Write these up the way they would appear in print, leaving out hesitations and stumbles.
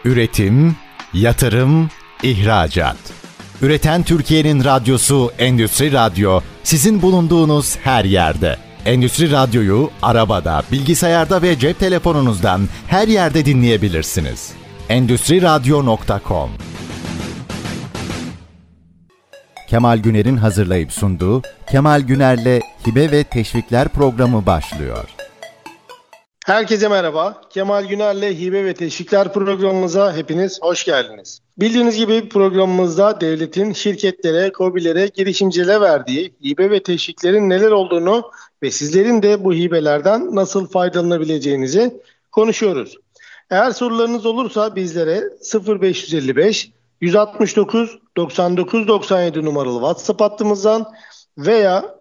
Üretim, yatırım, ihracat. Üreten Türkiye'nin radyosu Endüstri Radyo, sizin bulunduğunuz her yerde. Endüstri Radyo'yu arabada, bilgisayarda ve cep telefonunuzdan her yerde dinleyebilirsiniz. Endüstriradyo.com. Kemal Güner'in hazırlayıp sunduğu Kemal Güner'le Hibe ve Teşvikler programı başlıyor. Herkese merhaba. Kemal Güner'le Hibe ve Teşvikler programımıza hepiniz hoş geldiniz. Bildiğiniz gibi programımızda devletin şirketlere, KOBİ'lere, girişimcilere verdiği hibe ve teşviklerin neler olduğunu ve sizlerin de bu hibelerden nasıl faydalanabileceğinizi konuşuyoruz. Eğer sorularınız olursa bizlere 0555 169 99 97 numaralı WhatsApp hattımızdan veya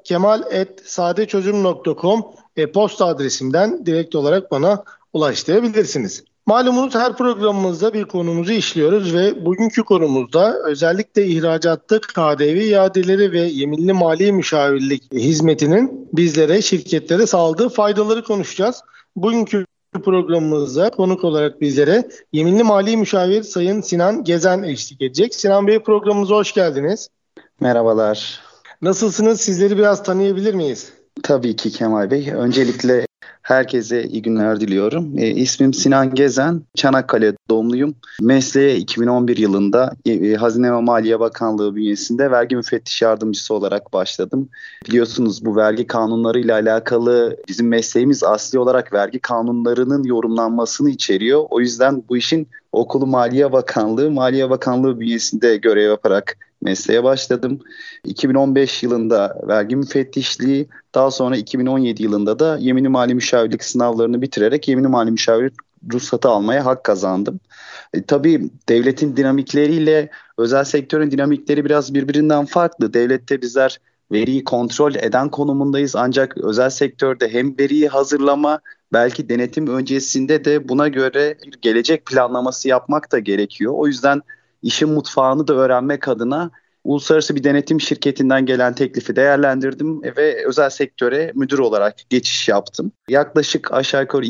kemal@sadeçözüm.com e-posta adresimden direkt olarak bana ulaştırabilirsiniz. Malumunuz her programımızda bir konumuzu işliyoruz ve bugünkü konumuzda özellikle ihracatta KDV iadeleri ve yeminli mali müşavirlik hizmetinin bizlere, şirketlere sağladığı faydaları konuşacağız. Bugünkü programımızda konuk olarak bizlere yeminli mali müşavir Sayın Sinan Gezen eşlik edecek. Sinan Bey, programımıza hoş geldiniz. Merhabalar. Nasılsınız? Sizleri biraz tanıyabilir miyiz? Tabii ki Kemal Bey. Öncelikle herkese iyi günler diliyorum. İsmim Sinan Gezen, Çanakkale doğumluyum. Mesleğe 2011 yılında Hazine ve Maliye Bakanlığı bünyesinde vergi müfettiş yardımcısı olarak başladım. Biliyorsunuz bu vergi kanunlarıyla alakalı bizim mesleğimiz asli olarak vergi kanunlarının yorumlanmasını içeriyor. O yüzden bu işin okulu Maliye Bakanlığı bünyesinde görev yaparak mesleğe başladım. 2015 yılında vergi müfettişliği, daha sonra 2017 yılında da yeminli mali müşavirlik sınavlarını bitirerek yeminli mali müşavir ruhsatı almaya hak kazandım. Tabii devletin dinamikleriyle özel sektörün dinamikleri biraz birbirinden farklı. Devlette bizler veriyi kontrol eden konumundayız, ancak özel sektörde hem veriyi hazırlama, belki denetim öncesinde de buna göre bir gelecek planlaması yapmak da gerekiyor. O yüzden işin mutfağını da öğrenmek adına uluslararası bir denetim şirketinden gelen teklifi değerlendirdim ve özel sektöre müdür olarak geçiş yaptım. Yaklaşık aşağı yukarı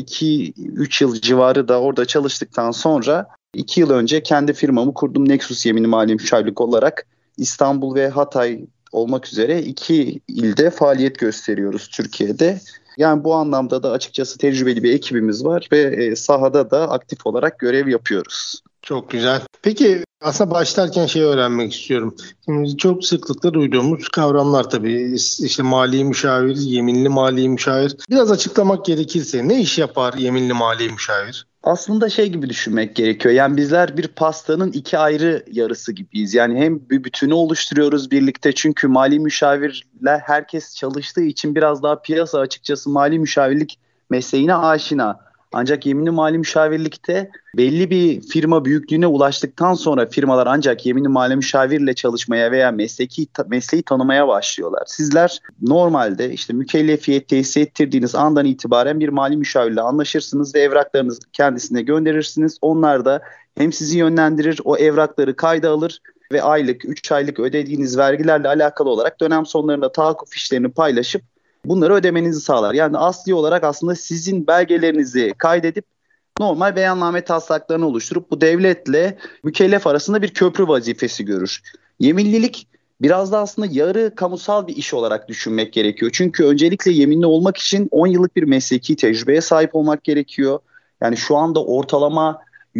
2-3 yıl civarı da orada çalıştıktan sonra 2 yıl önce kendi firmamı kurdum. Nexus Yeminli Mali Müşavirlik olarak İstanbul ve Hatay olmak üzere 2 ilde faaliyet gösteriyoruz Türkiye'de. Yani bu anlamda da açıkçası tecrübeli bir ekibimiz var ve sahada da aktif olarak görev yapıyoruz. Çok güzel. Peki aslında başlarken öğrenmek istiyorum. Şimdi çok sıklıkla duyduğumuz kavramlar tabii. İşte mali müşavir, yeminli mali müşavir. Biraz açıklamak gerekirse ne iş yapar yeminli mali müşavir? Aslında gibi düşünmek gerekiyor. Yani bizler bir pastanın 2 ayrı yarısı gibiyiz. Yani hem bir bütünü oluşturuyoruz birlikte. Çünkü mali müşavirler herkes çalıştığı için biraz daha piyasa açıkçası mali müşavirlik mesleğine aşina. Ancak yeminli mali müşavirlikte belli bir firma büyüklüğüne ulaştıktan sonra firmalar ancak yeminli mali müşavirle çalışmaya veya mesleği tanımaya başlıyorlar. Sizler normalde mükellefiyet tesis ettirdiğiniz andan itibaren bir mali müşavirle anlaşırsınız ve evraklarınızı kendisine gönderirsiniz. Onlar da hem sizi yönlendirir, o evrakları kayda alır ve aylık, 3 aylık ödediğiniz vergilerle alakalı olarak dönem sonlarında tahakkuk fişlerini paylaşıp bunları ödemenizi sağlar. Yani asli olarak aslında sizin belgelerinizi kaydedip normal beyanname taslaklarını oluşturup bu devletle mükellef arasında bir köprü vazifesi görür. Yeminlilik biraz da aslında yarı kamusal bir iş olarak düşünmek gerekiyor. Çünkü öncelikle yeminli olmak için 10 yıllık bir mesleki tecrübeye sahip olmak gerekiyor. Yani şu anda ortalama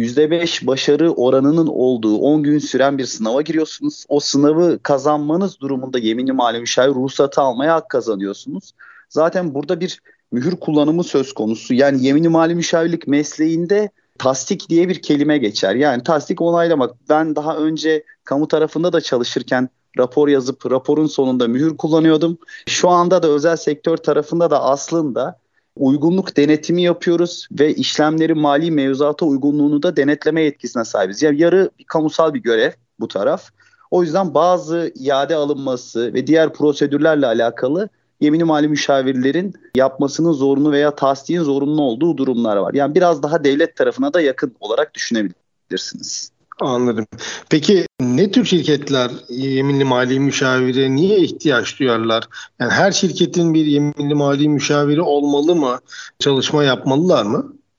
%5 başarı oranının olduğu 10 gün süren bir sınava giriyorsunuz. O sınavı kazanmanız durumunda yeminli mali müşavir ruhsatı almaya hak kazanıyorsunuz. Zaten burada bir mühür kullanımı söz konusu. Yani yeminli mali müşavirlik mesleğinde tasdik diye bir kelime geçer. Yani tasdik onaylamak. Ben daha önce kamu tarafında da çalışırken rapor yazıp raporun sonunda mühür kullanıyordum. Şu anda da özel sektör tarafında da aslında uygunluk denetimi yapıyoruz ve işlemlerin mali mevzuata uygunluğunu da denetleme yetkisine sahibiz. Yani yarı kamusal bir görev bu taraf. O yüzden bazı iade alınması ve diğer prosedürlerle alakalı yeminli mali müşavirlerin yapmasının zorunlu veya tasdiğin zorunlu olduğu durumlar var. Yani biraz daha devlet tarafına da yakın olarak düşünebilirsiniz. Anladım. Peki ne tür şirketler yeminli mali müşavire niye ihtiyaç duyarlar? Yani her şirketin bir yeminli mali müşaviri olmalı mı? Çalışma yapmalılar mı?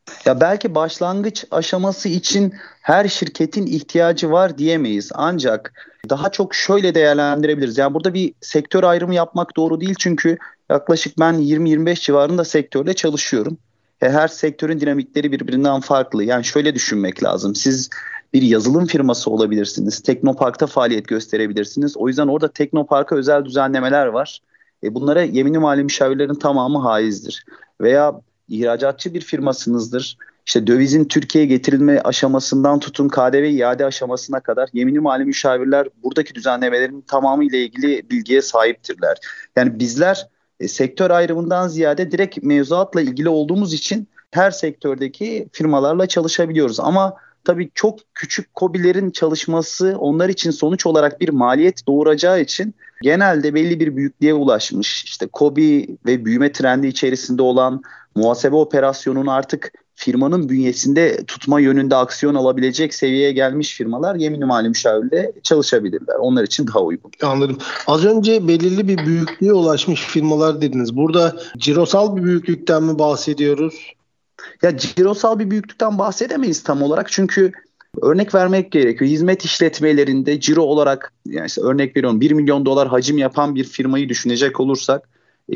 Ya belki başlangıç aşaması için her şirketin ihtiyacı var diyemeyiz. Ancak daha çok şöyle değerlendirebiliriz. Yani burada bir sektör ayrımı yapmak doğru değil. Çünkü yaklaşık ben 20-25 civarında sektörde çalışıyorum. Her sektörün dinamikleri birbirinden farklı. Yani şöyle düşünmek lazım. Siz bir yazılım firması olabilirsiniz. Teknopark'ta faaliyet gösterebilirsiniz. O yüzden orada Teknopark'a özel düzenlemeler var. Bunlara yeminli mali müşavirlerin tamamı haizdir. Veya ihracatçı bir firmasınızdır. İşte dövizin Türkiye'ye getirilme aşamasından tutun KDV iade aşamasına kadar yeminli mali müşavirler buradaki düzenlemelerin tamamı ile ilgili bilgiye sahiptirler. Yani bizler sektör ayrımından ziyade direkt mevzuatla ilgili olduğumuz için her sektördeki firmalarla çalışabiliyoruz. Ama tabii çok küçük KOBİ'lerin çalışması onlar için sonuç olarak bir maliyet doğuracağı için genelde belli bir büyüklüğe ulaşmış, işte KOBİ ve büyüme trendi içerisinde olan muhasebe operasyonunu artık firmanın bünyesinde tutma yönünde aksiyon alabilecek seviyeye gelmiş firmalar yeminli mali müşavirle çalışabilirler. Onlar için daha uygun. Anladım. Az önce belirli bir büyüklüğe ulaşmış firmalar dediniz. Burada cirosal bir büyüklükten mi bahsediyoruz? Ya cirosal bir büyüklükten bahsedemeyiz tam olarak çünkü örnek vermek gerekiyor. Hizmet işletmelerinde ciro olarak yani işte örnek veriyorum 1 milyon dolar hacim yapan bir firmayı düşünecek olursak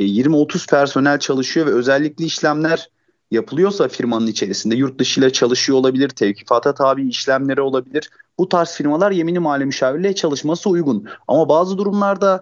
20-30 personel çalışıyor ve özellikle işlemler yapılıyorsa firmanın içerisinde yurt dışı ile çalışıyor olabilir, tevkifata tabi işlemleri olabilir. Bu tarz firmalar yeminli mali müşavirle çalışması uygun. Ama bazı durumlarda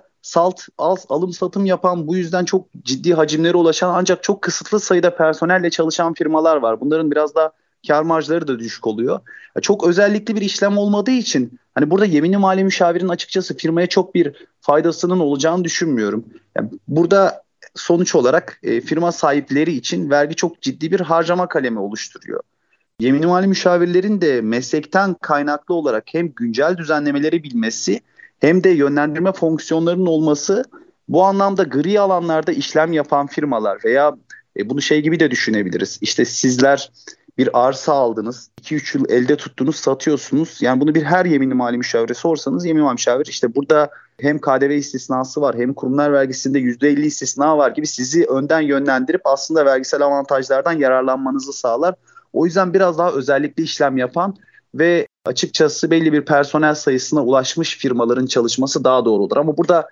alım satım yapan bu yüzden çok ciddi hacimlere ulaşan ancak çok kısıtlı sayıda personelle çalışan firmalar var. Bunların biraz da kar marjları da düşük oluyor. Çok özellikli bir işlem olmadığı için hani burada yeminli mali müşavirin açıkçası firmaya çok bir faydasının olacağını düşünmüyorum. Yani burada sonuç olarak firma sahipleri için vergi çok ciddi bir harcama kalemi oluşturuyor. Yeminli mali müşavirlerin de meslekten kaynaklı olarak hem güncel düzenlemeleri bilmesi hem de yönlendirme fonksiyonlarının olması bu anlamda gri alanlarda işlem yapan firmalar veya bunu şey gibi de düşünebiliriz. İşte sizler bir arsa aldınız, 2-3 yıl elde tuttunuz, satıyorsunuz. Yani bunu her yeminli mali müşavire sorsanız yeminli mali müşavir işte burada hem KDV istisnası var hem kurumlar vergisinde %50 istisna var gibi sizi önden yönlendirip aslında vergisel avantajlardan yararlanmanızı sağlar. O yüzden biraz daha özellikli işlem yapan ve açıkçası belli bir personel sayısına ulaşmış firmaların çalışması daha doğrudur. Ama burada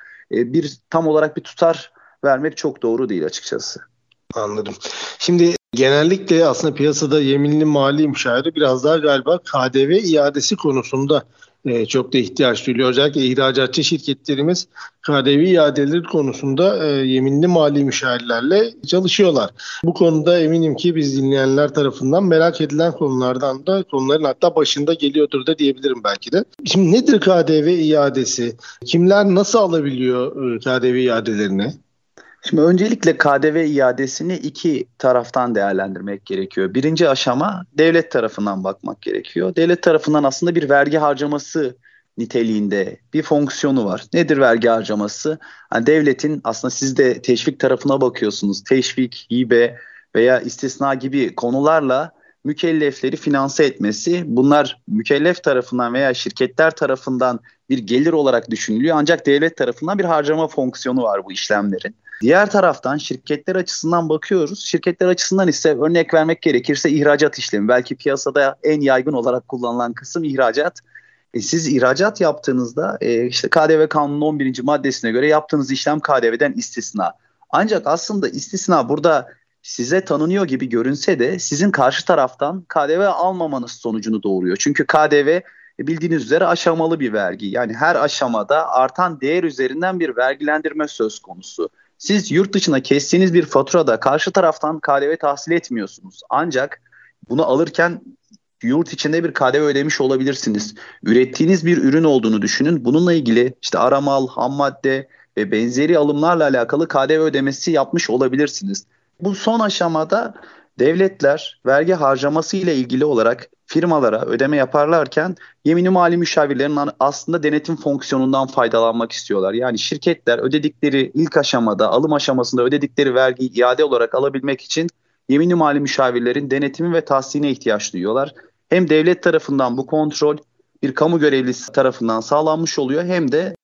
tam olarak bir tutar vermek çok doğru değil açıkçası. Anladım. Şimdi genellikle aslında piyasada yeminli mali müşaviri biraz daha galiba KDV iadesi konusunda çok da ihtiyaç duyuluyor. Özellikle ihracatçı şirketlerimiz KDV iadeleri konusunda yeminli mali müşavirlerle çalışıyorlar. Bu konuda eminim ki biz dinleyenler tarafından merak edilen konulardan da konuların hatta başında geliyordur da diyebilirim belki de. Şimdi nedir KDV iadesi? Kimler nasıl alabiliyor KDV iadelerini? Şimdi öncelikle KDV iadesini iki taraftan değerlendirmek gerekiyor. Birinci aşama devlet tarafından bakmak gerekiyor. Devlet tarafından aslında bir vergi harcaması niteliğinde bir fonksiyonu var. Nedir vergi harcaması? Yani devletin aslında siz de teşvik tarafına bakıyorsunuz. Teşvik, hibe veya istisna gibi konularla mükellefleri finanse etmesi. Bunlar mükellef tarafından veya şirketler tarafından bir gelir olarak düşünülüyor. Ancak devlet tarafından bir harcama fonksiyonu var bu işlemlerin. Diğer taraftan şirketler açısından bakıyoruz. Şirketler açısından ise örnek vermek gerekirse ihracat işlemi. Belki piyasada en yaygın olarak kullanılan kısım ihracat. Siz ihracat yaptığınızda işte KDV Kanunu'nun 11. maddesine göre yaptığınız işlem KDV'den istisna. Ancak aslında istisna burada size tanınıyor gibi görünse de sizin karşı taraftan KDV almamanız sonucunu doğuruyor. Çünkü KDV bildiğiniz üzere aşamalı bir vergi. Yani her aşamada artan değer üzerinden bir vergilendirme söz konusu. Siz yurt dışına kestiğiniz bir faturada karşı taraftan KDV tahsil etmiyorsunuz. Ancak bunu alırken yurt içinde bir KDV ödemiş olabilirsiniz. Ürettiğiniz bir ürün olduğunu düşünün. Bununla ilgili işte aramal, ham madde ve benzeri alımlarla alakalı KDV ödemesi yapmış olabilirsiniz. Bu son aşamada devletler vergi harcaması ile ilgili olarak firmalara ödeme yaparlarken yeminli mali müşavirlerin aslında denetim fonksiyonundan faydalanmak istiyorlar. Yani şirketler ödedikleri ilk aşamada, alım aşamasında ödedikleri vergiyi iade olarak alabilmek için yeminli mali müşavirlerin denetimi ve tahsine ihtiyaç duyuyorlar. Hem devlet tarafından bu kontrol bir kamu görevlisi tarafından sağlanmış oluyor hem de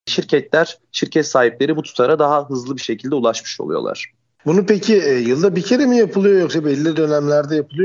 şirket sahipleri bu tutara daha hızlı bir şekilde ulaşmış oluyorlar. Bunu peki yılda bir kere mi yapılıyor yoksa belli dönemlerde yapılıyor mu?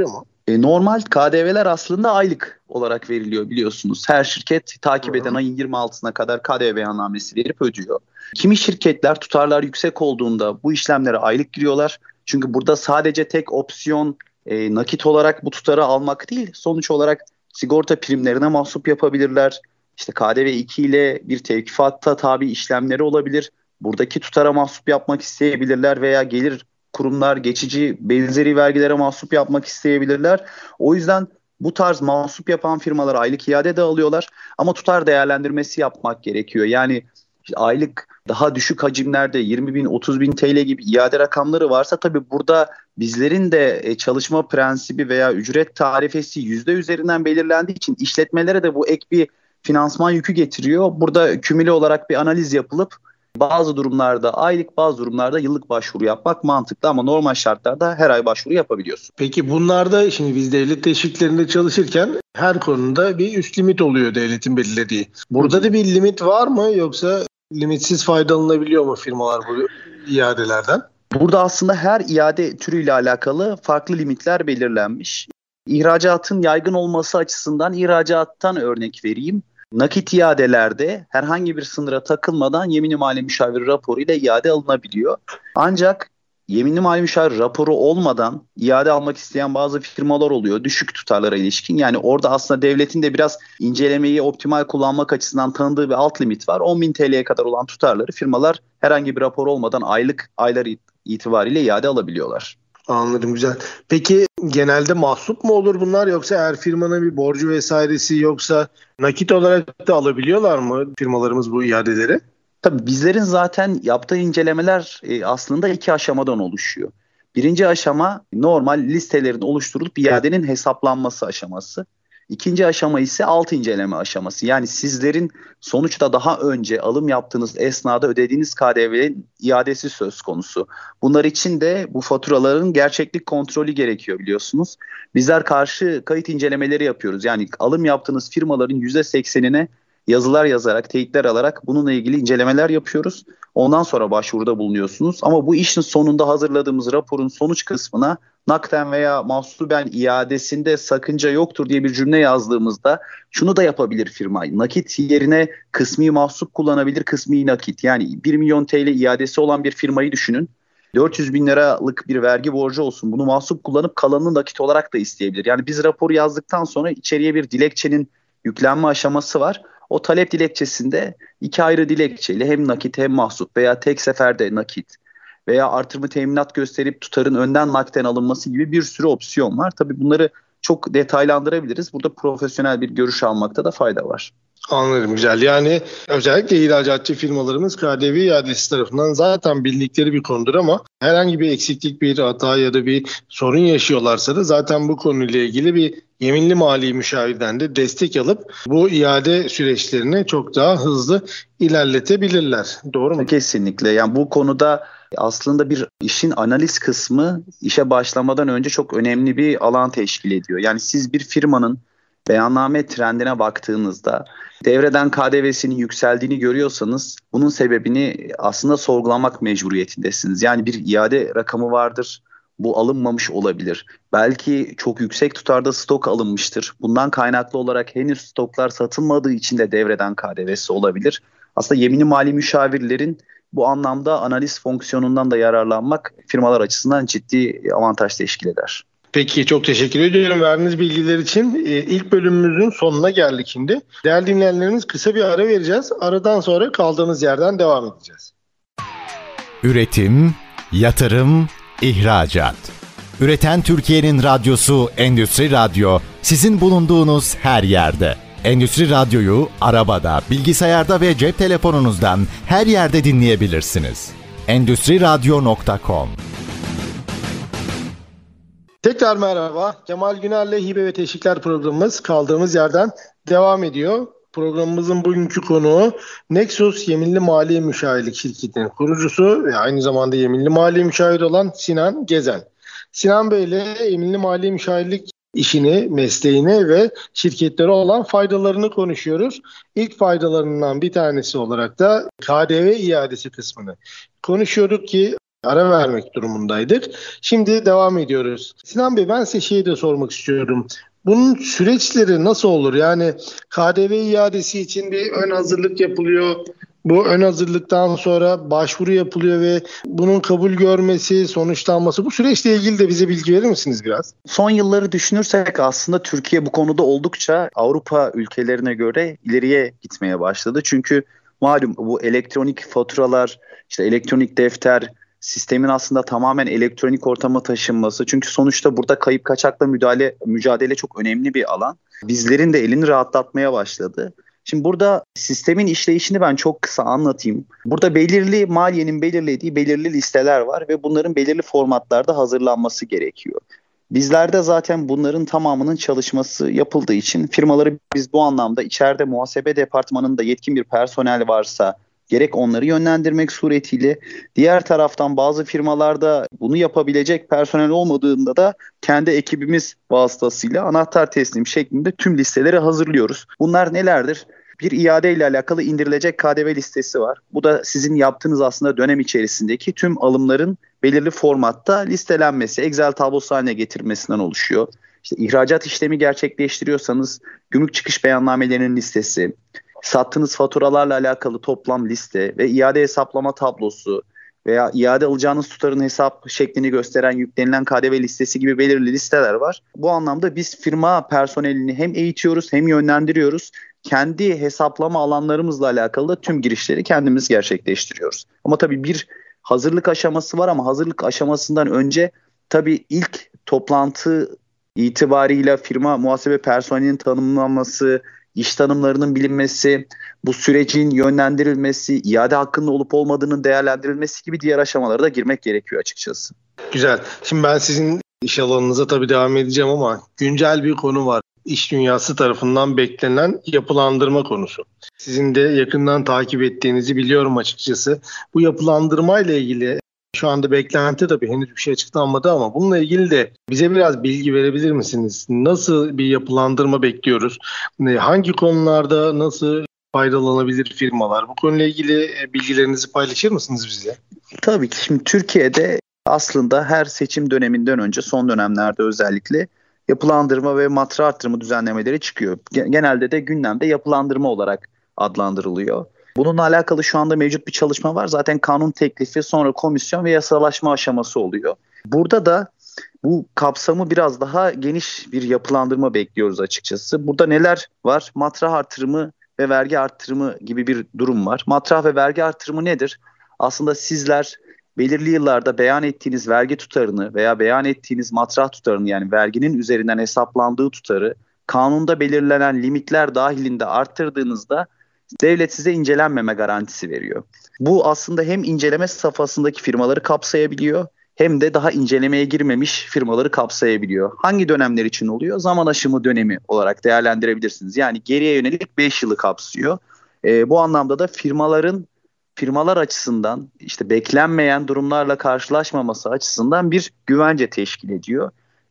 Normal KDV'ler aslında aylık olarak veriliyor biliyorsunuz. Her şirket takip eden ayın 26'sına kadar KDV beyannamesi verip ödüyor. Kimi şirketler tutarlar yüksek olduğunda bu işlemlere aylık giriyorlar. Çünkü burada sadece tek opsiyon nakit olarak bu tutarı almak değil. Sonuç olarak sigorta primlerine mahsup yapabilirler. İşte KDV 2 ile bir tevkifatta tabi işlemleri olabilir. Buradaki tutara mahsup yapmak isteyebilirler veya gelir kurumlar geçici benzeri vergilere mahsup yapmak isteyebilirler. O yüzden bu tarz mahsup yapan firmalar aylık iade de alıyorlar ama tutar değerlendirmesi yapmak gerekiyor. Yani işte aylık daha düşük hacimlerde 20 bin 30 bin TL gibi iade rakamları varsa tabii burada bizlerin de çalışma prensibi veya ücret tarifesi yüzde üzerinden belirlendiği için işletmelere de bu ek bir finansman yükü getiriyor. Burada kümüle olarak bir analiz yapılıp bazı durumlarda aylık, bazı durumlarda yıllık başvuru yapmak mantıklı ama normal şartlarda her ay başvuru yapabiliyorsun. Peki bunlarda şimdi biz devlet teşviklerinde çalışırken her konuda bir üst limit oluyor devletin belirlediği. Burada da bir limit var mı yoksa limitsiz faydalanabiliyor mu firmalar bu iadelerden? Burada aslında her iade türüyle alakalı farklı limitler belirlenmiş. İhracatın yaygın olması açısından ihracattan örnek vereyim. Nakit iadelerde herhangi bir sınıra takılmadan yeminli mali müşavir raporu ile iade alınabiliyor. Ancak yeminli mali müşavir raporu olmadan iade almak isteyen bazı firmalar oluyor düşük tutarlara ilişkin. Yani orada aslında devletin de biraz incelemeyi optimal kullanmak açısından tanıdığı bir alt limit var. 10.000 TL'ye kadar olan tutarları firmalar herhangi bir rapor olmadan aylar itibariyle iade alabiliyorlar. Anladım, güzel. Peki genelde mahsup mu olur bunlar yoksa eğer firmanın bir borcu vesairesi yoksa nakit olarak da alabiliyorlar mı firmalarımız bu iadeleri? Tabii bizlerin zaten yaptığı incelemeler aslında iki aşamadan oluşuyor. Birinci aşama normal listelerin oluşturulup iadenin hesaplanması aşaması. İkinci aşama ise alt inceleme aşaması. Yani sizlerin sonuçta daha önce alım yaptığınız esnada ödediğiniz KDV'nin iadesi söz konusu. Bunlar için de bu faturaların gerçeklik kontrolü gerekiyor biliyorsunuz. Bizler karşı kayıt incelemeleri yapıyoruz. Yani alım yaptığınız firmaların %80'ine yazılar yazarak, teyitler alarak bununla ilgili incelemeler yapıyoruz. Ondan sonra başvuruda bulunuyorsunuz. Ama bu işin sonunda hazırladığımız raporun sonuç kısmına nakden veya mahsuben iadesinde sakınca yoktur diye bir cümle yazdığımızda şunu da yapabilir firma. Nakit yerine kısmi mahsup kullanabilir, kısmi nakit. Yani 1 milyon TL iadesi olan bir firmayı düşünün. 400 bin liralık bir vergi borcu olsun. Bunu mahsup kullanıp kalanını nakit olarak da isteyebilir. Yani biz raporu yazdıktan sonra içeriye bir dilekçenin yüklenme aşaması var. O talep dilekçesinde iki ayrı dilekçeyle hem nakit hem mahsup veya tek seferde nakit veya artırma teminat gösterip tutarın önden nakden alınması gibi bir sürü opsiyon var. Tabii bunları çok detaylandırabiliriz. Burada profesyonel bir görüş almakta da fayda var. Anladım, güzel. Yani özellikle ihracatçı firmalarımız KDV iadesi tarafından zaten bildikleri bir konudur ama herhangi bir eksiklik, bir hata ya da bir sorun yaşıyorlarsa da zaten bu konuyla ilgili bir yeminli mali müşavirden de destek alıp bu iade süreçlerini çok daha hızlı ilerletebilirler. Doğru mu? Kesinlikle. Yani bu konuda aslında bir işin analiz kısmı işe başlamadan önce çok önemli bir alan teşkil ediyor. Yani siz bir firmanın beyanname trendine baktığınızda devreden KDV'sinin yükseldiğini görüyorsanız bunun sebebini aslında sorgulamak mecburiyetindesiniz. Yani bir iade rakamı vardır. Bu alınmamış olabilir. Belki çok yüksek tutarda stok alınmıştır. Bundan kaynaklı olarak henüz stoklar satılmadığı için de devreden KDV'si olabilir. Aslında yeminli mali müşavirlerin bu anlamda analiz fonksiyonundan da yararlanmak firmalar açısından ciddi avantaj teşkil eder. Peki, çok teşekkür ediyorum verdiğiniz bilgiler için. İlk bölümümüzün sonuna geldik şimdi. Değerli dinleyenlerimiz, kısa bir ara vereceğiz. Aradan sonra kaldığımız yerden devam edeceğiz. Üretim, yatırım, ihracat. Üreten Türkiye'nin radyosu Endüstri Radyo sizin bulunduğunuz her yerde. Endüstri Radyo'yu arabada, bilgisayarda ve cep telefonunuzdan her yerde dinleyebilirsiniz. Endüstriradyo.com. Tekrar merhaba. Kemal Güner'le Hibe ve Teşvikler programımız kaldığımız yerden devam ediyor. Programımızın bugünkü konuğu Nexus Yeminli Mali Müşavirlik Şirketi'nin kurucusu ve aynı zamanda yeminli mali müşavir olan Sinan Gezen. Sinan Bey ile yeminli mali müşavirlik işini, mesleğini ve şirketlere olan faydalarını konuşuyoruz. İlk faydalarından bir tanesi olarak da KDV iadesi kısmını konuşuyorduk ki ara vermek durumundaydık. Şimdi devam ediyoruz. Sinan Bey, ben size şeyi de sormak istiyorum. Bunun süreçleri nasıl olur? Yani KDV iadesi için bir ön hazırlık yapılıyor. Bu ön hazırlıktan sonra başvuru yapılıyor ve bunun kabul görmesi, sonuçlanması, bu süreçle ilgili de bize bilgi verir misiniz biraz? Son yılları düşünürsek aslında Türkiye bu konuda oldukça Avrupa ülkelerine göre ileriye gitmeye başladı. Çünkü malum bu elektronik faturalar, işte elektronik defter sistemin aslında tamamen elektronik ortama taşınması. Çünkü sonuçta burada kayıp kaçakla mücadele çok önemli bir alan. Bizlerin de elini rahatlatmaya başladı. Şimdi burada sistemin işleyişini ben çok kısa anlatayım. Burada maliyenin belirlediği belirli listeler var ve bunların belirli formatlarda hazırlanması gerekiyor. Bizlerde zaten bunların tamamının çalışması yapıldığı için firmaları biz bu anlamda içeride muhasebe departmanında yetkin bir personel varsa gerek onları yönlendirmek suretiyle, diğer taraftan bazı firmalarda bunu yapabilecek personel olmadığında da kendi ekibimiz vasıtasıyla anahtar teslim şeklinde tüm listeleri hazırlıyoruz. Bunlar nelerdir? Bir iade ile alakalı indirilecek KDV listesi var. Bu da sizin yaptığınız aslında dönem içerisindeki tüm alımların belirli formatta listelenmesi, Excel tablosu haline getirmesinden oluşuyor. İşte ihracat işlemi gerçekleştiriyorsanız gümrük çıkış beyannamelerinin listesi, sattığınız faturalarla alakalı toplam liste ve iade hesaplama tablosu veya iade alacağınız tutarın hesap şeklini gösteren yüklenilen KDV listesi gibi belirli listeler var. Bu anlamda biz firma personelini hem eğitiyoruz hem yönlendiriyoruz. Kendi hesaplama alanlarımızla alakalı da tüm girişleri kendimiz gerçekleştiriyoruz. Ama tabii bir hazırlık aşaması var, ama hazırlık aşamasından önce tabii ilk toplantı itibarıyla firma muhasebe personelinin tanımlanması, iş tanımlarının bilinmesi, bu sürecin yönlendirilmesi, iade hakkının olup olmadığının değerlendirilmesi gibi diğer aşamalara da girmek gerekiyor açıkçası. Güzel. Şimdi ben sizin iş alanınıza tabii devam edeceğim ama güncel bir konu var. İş dünyası tarafından beklenen yapılandırma konusu. Sizin de yakından takip ettiğinizi biliyorum açıkçası. Bu yapılandırma ile ilgili şu anda beklenti, tabii henüz bir şey açıklanmadı ama bununla ilgili de bize biraz bilgi verebilir misiniz? Nasıl bir yapılandırma bekliyoruz? Hangi konularda nasıl faydalanabilir firmalar? Bu konuyla ilgili bilgilerinizi paylaşır mısınız bize? Tabii ki şimdi Türkiye'de aslında her seçim döneminden önce son dönemlerde özellikle yapılandırma ve matra artırımı düzenlemeleri çıkıyor. Genelde de gündemde yapılandırma olarak adlandırılıyor. Bununla alakalı şu anda mevcut bir çalışma var. Zaten kanun teklifi, sonra komisyon ve yasalaşma aşaması oluyor. Burada da bu kapsamı biraz daha geniş bir yapılandırma bekliyoruz açıkçası. Burada neler var? Matrah artırımı ve vergi artırımı gibi bir durum var. Matrah ve vergi artırımı nedir? Aslında sizler belirli yıllarda beyan ettiğiniz vergi tutarını veya beyan ettiğiniz matrah tutarını, yani verginin üzerinden hesaplandığı tutarı kanunda belirlenen limitler dahilinde arttırdığınızda devlet size incelenmeme garantisi veriyor. Bu aslında hem inceleme safhasındaki firmaları kapsayabiliyor hem de daha incelemeye girmemiş firmaları kapsayabiliyor. Hangi dönemler için oluyor? Zaman aşımı dönemi olarak değerlendirebilirsiniz. Yani geriye yönelik 5 yılı kapsıyor. Bu anlamda da firmalar açısından işte beklenmeyen durumlarla karşılaşmaması açısından bir güvence teşkil ediyor.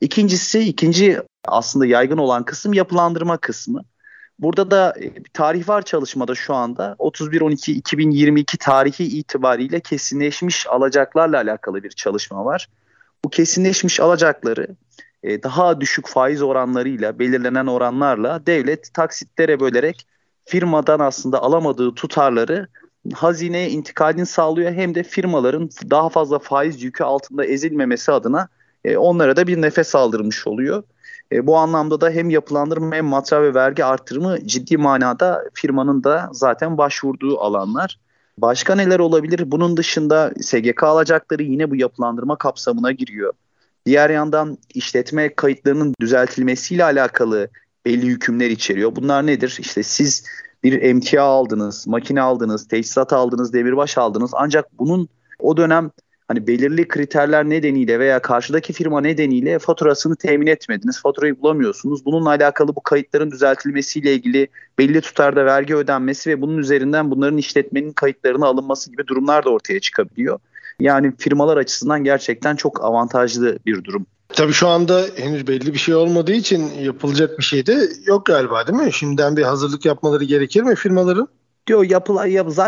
İkinci aslında yaygın olan kısım yapılandırma kısmı. Burada da bir tarih var çalışmada şu anda. 31.12.2022 tarihi itibariyle kesinleşmiş alacaklarla alakalı bir çalışma var. Bu kesinleşmiş alacakları daha düşük faiz oranlarıyla, belirlenen oranlarla devlet taksitlere bölerek firmadan aslında alamadığı tutarları hazineye intikalini sağlıyor. Hem de firmaların daha fazla faiz yükü altında ezilmemesi adına onlara da bir nefes aldırmış oluyor. Bu anlamda da hem yapılandırma hem matrah ve vergi artırımı ciddi manada firmanın da zaten başvurduğu alanlar. Başka neler olabilir? Bunun dışında SGK alacakları yine bu yapılandırma kapsamına giriyor. Diğer yandan işletme kayıtlarının düzeltilmesiyle alakalı belli hükümler içeriyor. Bunlar nedir? İşte siz bir emtia aldınız, makine aldınız, teçhizat aldınız, demirbaş aldınız. Ancak bunun o dönem hani belirli kriterler nedeniyle veya karşıdaki firma nedeniyle faturasını temin etmediniz, faturayı bulamıyorsunuz. Bununla alakalı bu kayıtların düzeltilmesiyle ilgili belli tutarda vergi ödenmesi ve bunun üzerinden bunların işletmenin kayıtlarına alınması gibi durumlar da ortaya çıkabiliyor. Yani firmalar açısından gerçekten çok avantajlı bir durum. Tabii şu anda henüz belli bir şey olmadığı için yapılacak bir şey de yok galiba, değil mi? Şimdiden bir hazırlık yapmaları gerekir mi firmaların? Diyor zaten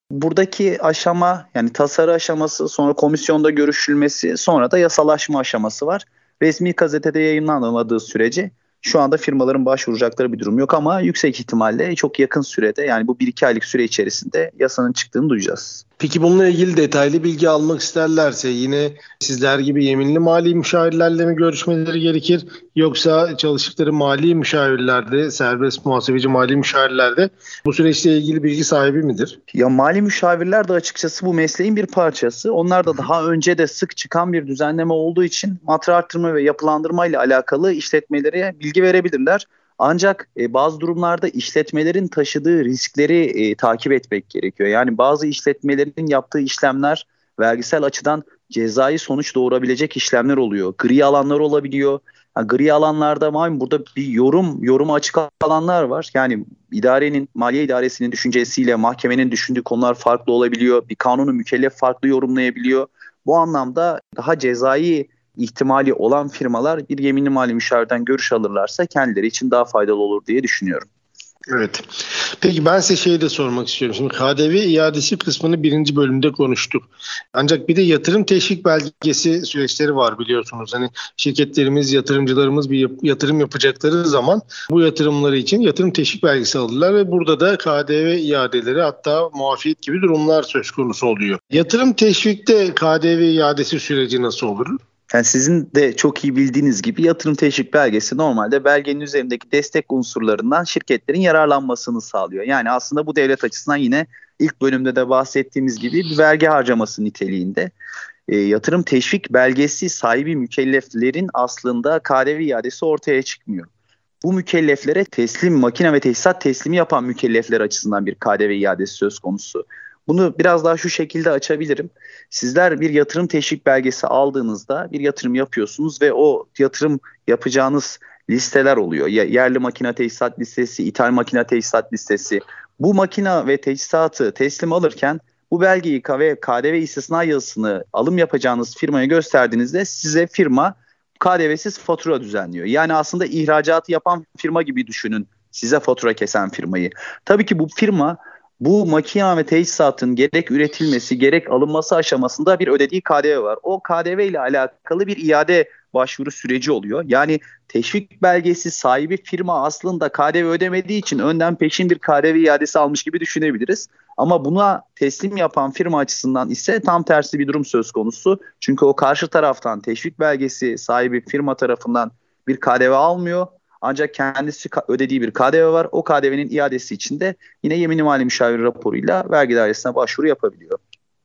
Buradaki aşama, yani tasarı aşaması, sonra komisyonda görüşülmesi, sonra da yasalaşma aşaması var. Resmi gazetede yayınlanmadığı sürece şu anda firmaların başvuracakları bir durum yok ama yüksek ihtimalle çok yakın sürede, yani bu 1-2 aylık süre içerisinde yasanın çıktığını duyacağız. Peki bununla ilgili detaylı bilgi almak isterlerse yine sizler gibi yeminli mali müşavirlerle mi görüşmeleri gerekir? Yoksa çalıştıkları mali müşavirlerde, serbest muhasebeci mali müşavirlerde bu süreçle ilgili bilgi sahibi midir? Ya mali müşavirler de açıkçası bu mesleğin bir parçası. Onlar da daha önce de sık çıkan bir düzenleme olduğu için matra artırma ve yapılandırma ile alakalı işletmelere bilgi verebilirler. Ancak bazı durumlarda işletmelerin taşıdığı riskleri takip etmek gerekiyor. Yani bazı işletmelerin yaptığı işlemler vergisel açıdan cezai sonuç doğurabilecek işlemler oluyor. Gri alanlar olabiliyor. Yani gri alanlarda malum burada bir yoruma açık alanlar var. Yani Maliye İdaresi'nin düşüncesiyle mahkemenin düşündüğü konular farklı olabiliyor. Bir kanunu mükellef farklı yorumlayabiliyor. Bu anlamda daha cezai ihtimali olan firmalar bir yeminli mali müşavirden görüş alırlarsa kendileri için daha faydalı olur diye düşünüyorum. Evet. Peki ben size şeyi de sormak istiyorum. Şimdi KDV iadesi kısmını birinci bölümde konuştuk. Ancak bir de yatırım teşvik belgesi süreçleri var biliyorsunuz. Hani şirketlerimiz, yatırımcılarımız bir yatırım yapacakları zaman bu yatırımları için yatırım teşvik belgesi alırlar ve burada da KDV iadeleri, hatta muafiyet gibi durumlar söz konusu oluyor. Yatırım teşvikte KDV iadesi süreci nasıl olur? Yani sizin de çok iyi bildiğiniz gibi yatırım teşvik belgesi normalde belgenin üzerindeki destek unsurlarından şirketlerin yararlanmasını sağlıyor. Yani aslında bu devlet açısından yine ilk bölümde de bahsettiğimiz gibi bir vergi harcaması niteliğinde. Yatırım teşvik belgesi sahibi mükelleflerin aslında KDV iadesi ortaya çıkmıyor. Bu mükelleflere makine ve teçhizat teslimi yapan mükellefler açısından bir KDV iadesi söz konusu. Bunu biraz daha şu şekilde açabilirim. Sizler bir yatırım teşvik belgesi aldığınızda bir yatırım yapıyorsunuz ve o yatırım yapacağınız listeler oluyor. Yerli makine teçhizat listesi, ithal makine teçhizat listesi. Bu makine ve teçhizatı teslim alırken bu belgeyi ve KDV istisna yazısını alım yapacağınız firmaya gösterdiğinizde size firma KDV'siz fatura düzenliyor. Yani aslında ihracatı yapan firma gibi düşünün, size fatura kesen firmayı. Tabii ki bu firma bu makine ve teçhizatın gerek üretilmesi gerek alınması aşamasında bir ödediği KDV var. O KDV ile alakalı bir iade başvuru süreci oluyor. Yani teşvik belgesi sahibi firma aslında KDV ödemediği için önden peşin bir KDV iadesi almış gibi düşünebiliriz. Ama buna teslim yapan firma açısından ise tam tersi bir durum söz konusu. Çünkü o karşı taraftan teşvik belgesi sahibi firma tarafından bir KDV almıyor. Ancak kendisi ödediği bir KDV var. O KDV'nin iadesi için de yine yeminli mali müşavir raporuyla vergi dairesine başvuru yapabiliyor.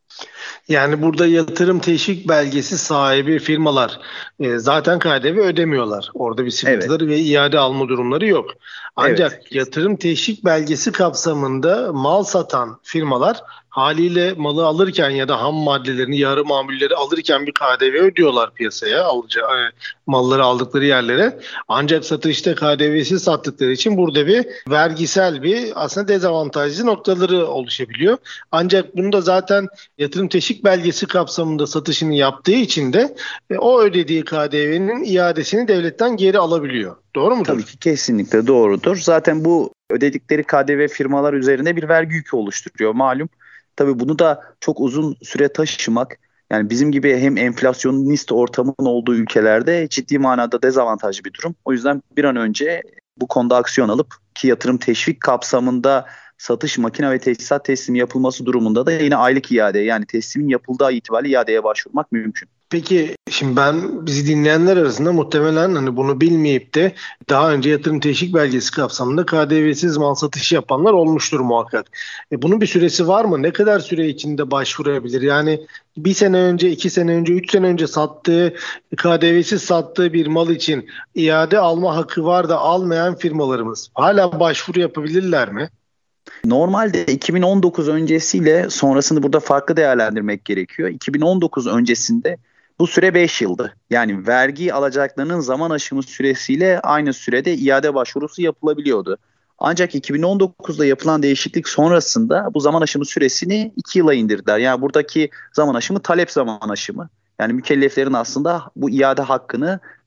Yani burada yatırım teşvik belgesi sahibi firmalar zaten KDV ödemiyorlar. Orada bir sıkıntıları ve iade alma durumları yok. Ancak yatırım teşvik belgesi kapsamında mal satan firmalar haliyle malı alırken ya da ham maddelerini, yarı mamulleri alırken bir KDV ödüyorlar piyasaya, malları aldıkları yerlere. Ancak satışta KDV'siz sattıkları için burada bir vergisel bir aslında dezavantajlı noktaları oluşabiliyor. Ancak bunu da zaten yatırım teşvik belgesi kapsamında satışını yaptığı için de o ödediği KDV'nin iadesini devletten geri alabiliyor. Doğru mudur? Tabii ki kesinlikle doğrudur. Zaten bu ödedikleri KDV firmalar üzerine bir vergi yükü oluşturuyor malum. Tabii bunu da çok uzun süre taşımak, yani bizim gibi hem enflasyonist ortamın olduğu ülkelerde ciddi manada dezavantajlı bir durum. O yüzden bir an önce bu konuda aksiyon alıp ki yatırım teşvik kapsamında satış, makine ve teçhizat teslimi yapılması durumunda da yine aylık iade, yani teslimin yapıldığı itibariyle iadeye başvurmak mümkün. Peki şimdi bizi dinleyenler arasında muhtemelen hani bunu bilmeyip de daha önce yatırım teşvik belgesi kapsamında KDV'siz mal satışı yapanlar olmuştur muhakkak. Bunun bir süresi var mı? Ne kadar süre içinde başvurabilir? Yani bir sene önce, 2 sene önce, 3 sene önce sattığı, KDV'siz sattığı bir mal için iade alma hakkı var da almayan firmalarımız hala başvuru yapabilirler mi? Normalde 2019 öncesiyle sonrasını burada farklı değerlendirmek gerekiyor. 2019 öncesinde bu süre 5 yıldı. Yani vergi alacaklarının zaman aşımı süresiyle aynı sürede iade başvurusu yapılabiliyordu. Ancak 2019'da yapılan değişiklik sonrasında bu zaman aşımı süresini 2 yıla indirdiler. Yani buradaki zaman aşımı talep zaman aşımı. Yani mükelleflerin aslında bu iade hakkını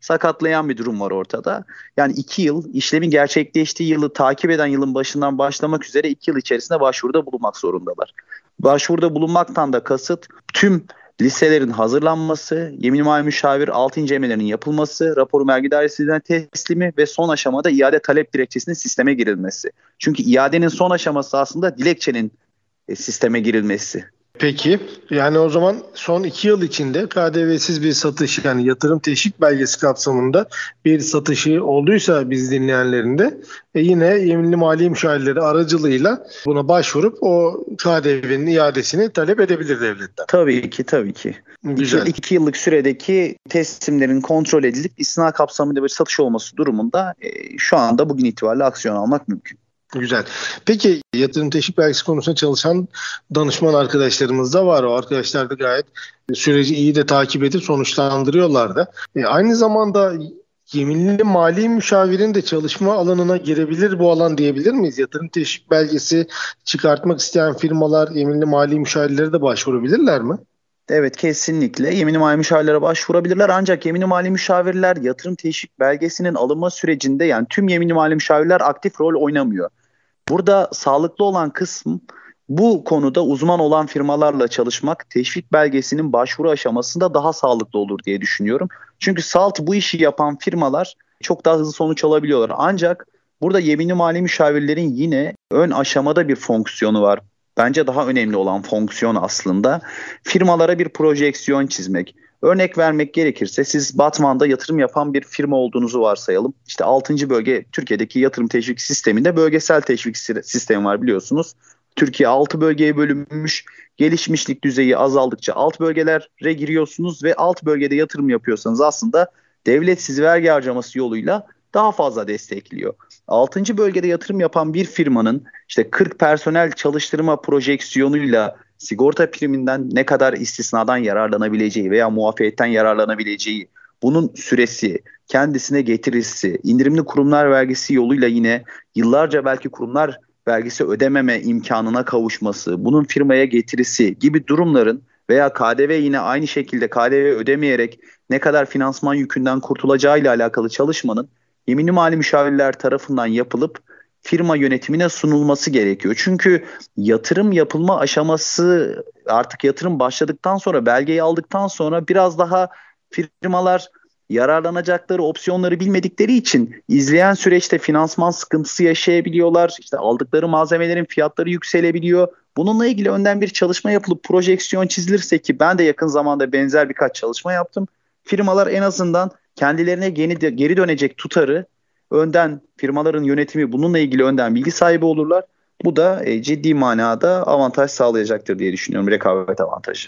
sakatlayan bir durum var ortada. Yani 2 yıl, işlemin gerçekleştiği yılı takip eden yılın başından başlamak üzere 2 yıl içerisinde başvuruda bulunmak zorundalar. Başvuruda bulunmaktan da kasıt tüm listelerin hazırlanması, yemin mali müşavir alt incelemelerinin yapılması, raporu vergi dairesine teslimi ve son aşamada iade talep dilekçesinin sisteme girilmesi. Çünkü iadenin son aşaması aslında dilekçenin sisteme girilmesi. Peki yani o zaman son 2 yıl içinde KDV'siz bir satış, yani yatırım teşvik belgesi kapsamında bir satışı olduysa biz dinleyenlerin de yine yeminli mali müşavirleri aracılığıyla buna başvurup o KDV'nin iadesini talep edebilir devletten. Tabii ki. Güzel. 2 yıllık süredeki teslimlerin kontrol edilip istina kapsamında bir satış olması durumunda şu anda bugün itibariyle aksiyon almak mümkün. Güzel. Peki yatırım teşvik belgesi konusunda çalışan danışman arkadaşlarımız da var. O arkadaşlar da gayet süreci iyi de takip edip sonuçlandırıyorlar da. Aynı zamanda yeminli mali müşavirin de çalışma alanına girebilir bu alan diyebilir miyiz? Yatırım teşvik belgesi çıkartmak isteyen firmalar yeminli mali müşavirlere de başvurabilirler mi? Evet, kesinlikle yeminli mali müşavirlere başvurabilirler, ancak yeminli mali müşavirler yatırım teşvik belgesinin alınma sürecinde, yani tüm yeminli mali müşavirler aktif rol oynamıyor. Burada sağlıklı olan kısım bu konuda uzman olan firmalarla çalışmak, teşvik belgesinin başvuru aşamasında daha sağlıklı olur diye düşünüyorum. Çünkü salt bu işi yapan firmalar çok daha hızlı sonuç alabiliyorlar. Ancak burada yeminli mali müşavirlerin yine ön aşamada bir fonksiyonu var. Bence daha önemli olan fonksiyon aslında firmalara bir projeksiyon çizmek. Örnek vermek gerekirse siz Batman'da yatırım yapan bir firma olduğunuzu varsayalım. İşte 6. bölge Türkiye'deki yatırım teşvik sisteminde bölgesel teşvik sistemi var biliyorsunuz. Türkiye 6 bölgeye bölünmüş, gelişmişlik düzeyi azaldıkça alt bölgelere giriyorsunuz ve alt bölgede yatırım yapıyorsanız aslında devlet sizi vergi harcaması yoluyla daha fazla destekliyor. 6. bölgede yatırım yapan bir firmanın işte 40 personel çalıştırma projeksiyonuyla sigorta priminden ne kadar istisnadan yararlanabileceği veya muafiyetten yararlanabileceği, bunun süresi, kendisine getirisi, indirimli kurumlar vergisi yoluyla yine yıllarca belki kurumlar vergisi ödememe imkanına kavuşması, bunun firmaya getirisi gibi durumların veya KDV yine aynı şekilde KDV ödemeyerek ne kadar finansman yükünden kurtulacağıyla alakalı çalışmanın yeminli mali müşavirler tarafından yapılıp firma yönetimine sunulması gerekiyor. Çünkü yatırım yapılma aşaması, artık yatırım başladıktan sonra, belgeyi aldıktan sonra biraz daha firmalar yararlanacakları opsiyonları bilmedikleri için izleyen süreçte finansman sıkıntısı yaşayabiliyorlar. İşte aldıkları malzemelerin fiyatları yükselebiliyor. Bununla ilgili önden bir çalışma yapılıp projeksiyon çizilirse, ki ben de yakın zamanda benzer birkaç çalışma yaptım. Firmalar en azından kendilerine geri dönecek tutarı önden, firmaların yönetimi bununla ilgili önden bilgi sahibi olurlar. Bu da ciddi manada avantaj sağlayacaktır diye düşünüyorum, rekabet avantajı.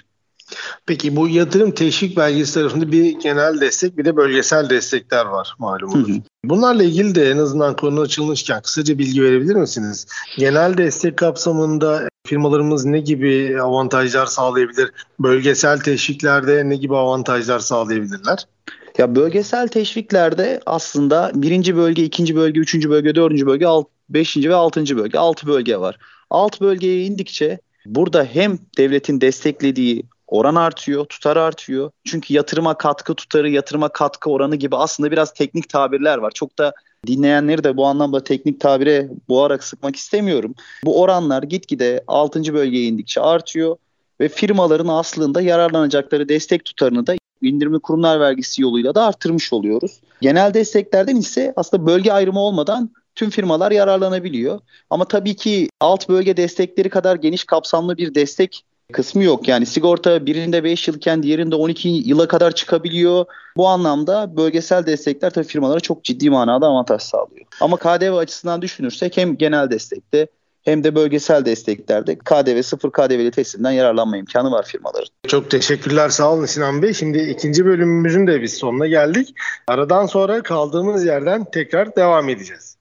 Peki bu yatırım teşvik belgesi tarafında bir genel destek, bir de bölgesel destekler var malumunuz. Bunlarla ilgili de en azından konu açılmışken kısaca bilgi verebilir misiniz? Genel destek kapsamında firmalarımız ne gibi avantajlar sağlayabilir? Bölgesel teşviklerde ne gibi avantajlar sağlayabilirler? Ya bölgesel teşviklerde aslında 1. bölge, 2. bölge, 3. bölge, 4. bölge, 5. ve 6. bölge. 6 bölge var. Alt bölgeye indikçe burada hem devletin desteklediği oran artıyor, tutar artıyor. Çünkü yatırıma katkı tutarı, yatırıma katkı oranı gibi aslında biraz teknik tabirler var. Çok da dinleyenleri de bu anlamda teknik tabire boğarak sıkmak istemiyorum. Bu oranlar gitgide 6. bölgeye indikçe artıyor ve firmaların aslında yararlanacakları destek tutarını da indirimli kurumlar vergisi yoluyla da arttırmış oluyoruz. Genel desteklerden ise aslında bölge ayrımı olmadan tüm firmalar yararlanabiliyor. Ama tabii ki alt bölge destekleri kadar geniş kapsamlı bir destek kısmı yok. Yani sigorta birinde 5 yılken diğerinde 12 yıla kadar çıkabiliyor. Bu anlamda bölgesel destekler tabii firmalara çok ciddi manada avantaj sağlıyor. Ama KDV açısından düşünürsek hem genel destekte hem de bölgesel desteklerde KDV, sıfır KDV'li teslimden yararlanma imkanı var firmaların. Çok teşekkürler, sağ olun Sinan Bey. Şimdi ikinci bölümümüzün de biz sonuna geldik. Aradan sonra kaldığımız yerden tekrar devam edeceğiz.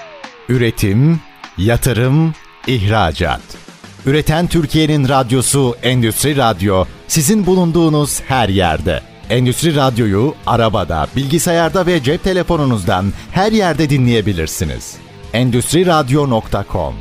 Üretim, yatırım, ihracat. Üreten Türkiye'nin radyosu Endüstri Radyo, sizin bulunduğunuz her yerde. Endüstri Radyo'yu arabada, bilgisayarda ve cep telefonunuzdan her yerde dinleyebilirsiniz. Endüstriradyo.com.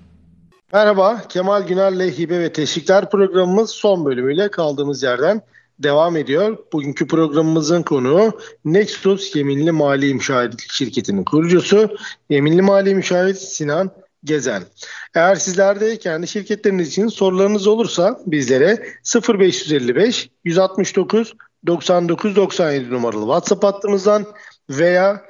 Merhaba, Kemal Güner'le Hibe ve Teşvikler programımız son bölümüyle kaldığımız yerden devam ediyor. Bugünkü programımızın konuğu Nexus Yeminli Mali Müşavirlik Şirketi'nin kurucusu, Yeminli Mali Müşavir Sinan Gezen. Eğer sizlerde kendi şirketleriniz için sorularınız olursa bizlere 0555 169 99 97 numaralı WhatsApp hattımızdan veya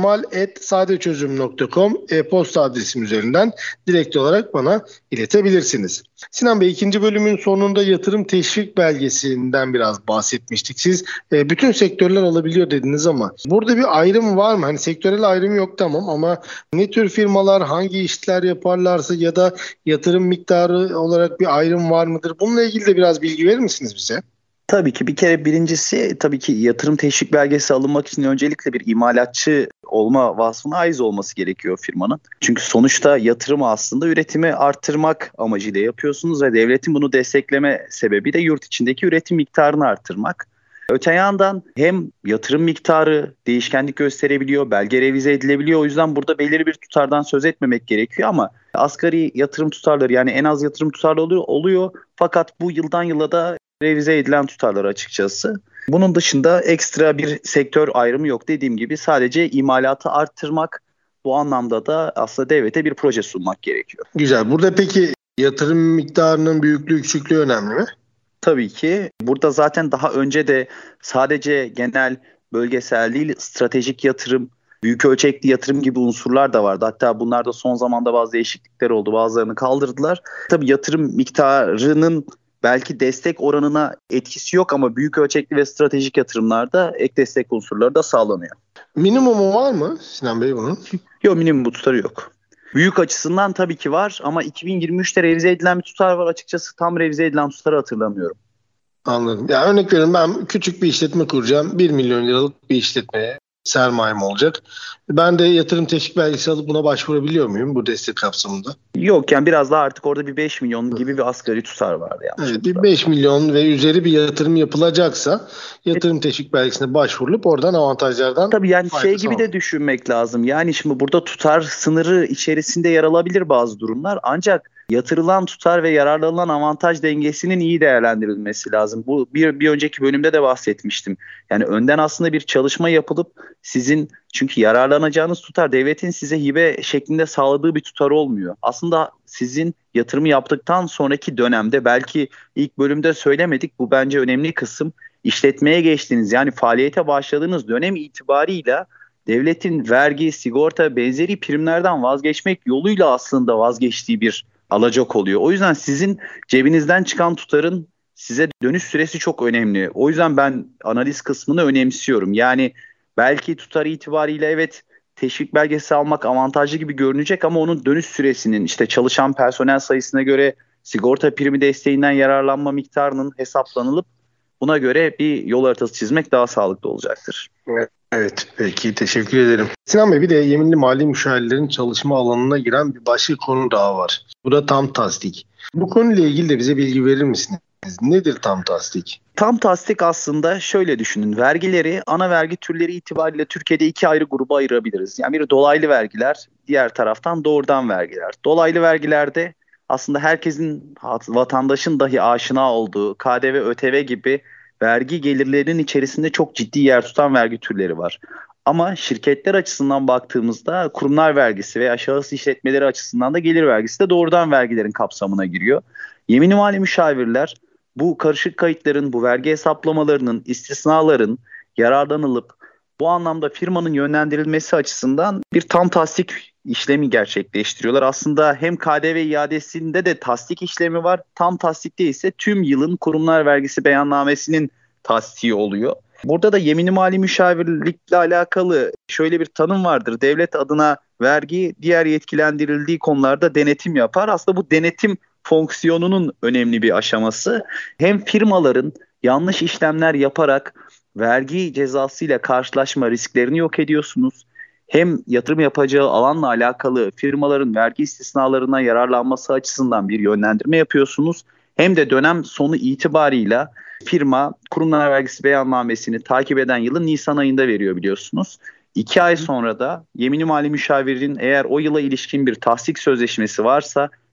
kemal@sadeçözüm.com e-posta adresim üzerinden direkt olarak bana iletebilirsiniz. Sinan Bey, ikinci bölümün sonunda yatırım teşvik belgesinden biraz bahsetmiştik. Siz bütün sektörler alabiliyor dediniz ama burada bir ayrım var mı? Hani sektörel ayrım yok, tamam, ama ne tür firmalar hangi işler yaparlarsa ya da yatırım miktarı olarak bir ayrım var mıdır? Bununla ilgili de biraz bilgi verir misiniz bize? Tabii ki bir kere birincisi tabii ki yatırım teşvik belgesi alınmak için öncelikle bir imalatçı olma vasfına ait olması gerekiyor firmanın. Çünkü sonuçta yatırımı aslında üretimi arttırmak amacıyla yapıyorsunuz ve devletin bunu destekleme sebebi de yurt içindeki üretim miktarını arttırmak. Öte yandan hem yatırım miktarı değişkenlik gösterebiliyor, belge revize edilebiliyor. O yüzden burada belirli bir tutardan söz etmemek gerekiyor ama asgari yatırım tutarları, yani en az yatırım tutarları oluyor. Fakat bu yıldan yıla da revize edilen tutarlar açıkçası. Bunun dışında ekstra bir sektör ayrımı yok. Dediğim gibi sadece imalatı arttırmak, bu anlamda da aslında devlete bir proje sunmak gerekiyor. Güzel. Burada peki yatırım miktarının büyüklüğü küçüklüğü önemli mi? Tabii ki burada zaten daha önce de sadece genel, bölgesel değil, stratejik yatırım, büyük ölçekli yatırım gibi unsurlar da vardı. Hatta bunlarda son zamanda bazı değişiklikler oldu. Bazılarını kaldırdılar. Tabii yatırım miktarının belki destek oranına etkisi yok ama büyük ölçekli ve stratejik yatırımlarda ek destek unsurları da sağlanıyor. Minimumu var mı Sinan Bey bunun? Yok, minimum tutarı yok. Büyük açısından tabii ki var ama 2023'te revize edilen bir tutar var. Açıkçası tam revize edilen tutarı hatırlamıyorum. Anladım. Ya örnek veriyorum, ben küçük bir işletme kuracağım. 1 milyon liralık bir işletmeye sermayem olacak. Ben de yatırım teşvik belgesi alıp buna başvurabiliyor muyum bu destek kapsamında? Yok, yani biraz daha artık orada bir 5 milyon gibi bir asgari tutar vardı. Evet, bir 5 milyon ve üzeri bir yatırım yapılacaksa yatırım teşvik belgesine başvurulup oradan avantajlardan tabii yani şey gibi sağlamak. de düşünmek lazım. Yani şimdi burada tutar sınırı içerisinde yer alabilir bazı durumlar. Ancak yatırılan tutar ve yararlanılan avantaj dengesinin iyi değerlendirilmesi lazım. Bu bir önceki bölümde de bahsetmiştim. Yani önden aslında bir çalışma yapılıp sizin, çünkü yararlanacağınız tutar devletin size hibe şeklinde sağladığı bir tutar olmuyor. Aslında sizin yatırımı yaptıktan sonraki dönemde, belki ilk bölümde söylemedik, bu bence önemli kısım, işletmeye geçtiğiniz, yani faaliyete başladığınız dönem itibarıyla devletin vergi, sigorta benzeri primlerden vazgeçmek yoluyla aslında vazgeçtiği bir alacak oluyor. O yüzden sizin cebinizden çıkan tutarın size dönüş süresi çok önemli. O yüzden ben analiz kısmını önemsiyorum. Yani belki tutar itibariyle evet, teşvik belgesi almak avantajlı gibi görünecek ama onun dönüş süresinin, işte çalışan personel sayısına göre sigorta primi desteğinden yararlanma miktarının hesaplanılıp buna göre bir yol haritası çizmek daha sağlıklı olacaktır. Evet, peki, teşekkür ederim. Sinan Bey, bir de yeminli mali müşavirlerin çalışma alanına giren bir başka konu daha var. Bu da tam tasdik. Bu konuyla ilgili de bize bilgi verir misiniz? Nedir tam tasdik? Tam tasdik aslında şöyle düşünün. Vergileri, ana vergi türleri itibariyle Türkiye'de iki ayrı gruba ayırabiliriz. Yani biri dolaylı vergiler, diğer taraftan doğrudan vergiler. Dolaylı vergilerde aslında herkesin, vatandaşın dahi aşina olduğu KDV, ÖTV gibi vergi gelirlerinin içerisinde çok ciddi yer tutan vergi türleri var. Ama şirketler açısından baktığımızda kurumlar vergisi veya şahıs işletmeleri açısından da gelir vergisi de doğrudan vergilerin kapsamına giriyor. Yeminli mali müşavirler bu karışık kayıtların, bu vergi hesaplamalarının, istisnaların yararlanılıp bu anlamda firmanın yönlendirilmesi açısından bir tam tasdik işlemi gerçekleştiriyorlar. Aslında hem KDV iadesinde de tasdik işlemi var. Tam tasdikte ise tüm yılın kurumlar vergisi beyannamesinin tasdiği oluyor. Burada da yeminli mali müşavirlikle alakalı şöyle bir tanım vardır. Devlet adına vergi, diğer yetkilendirildiği konularda denetim yapar. Aslında bu denetim fonksiyonunun önemli bir aşaması. Hem firmaların yanlış işlemler yaparak vergi cezasıyla karşılaşma risklerini yok ediyorsunuz. Hem yatırım yapacağı alanla alakalı firmaların vergi istisnalarına yararlanması açısından bir yönlendirme yapıyorsunuz. Hem de dönem sonu itibarıyla firma kurumlar vergisi beyannamesini takip eden yılın Nisan ayında veriyor biliyorsunuz. 2 ay sonra da yeminli mali müşavirin eğer o yıla ilişkin bir tahsik sözleşmesi varsa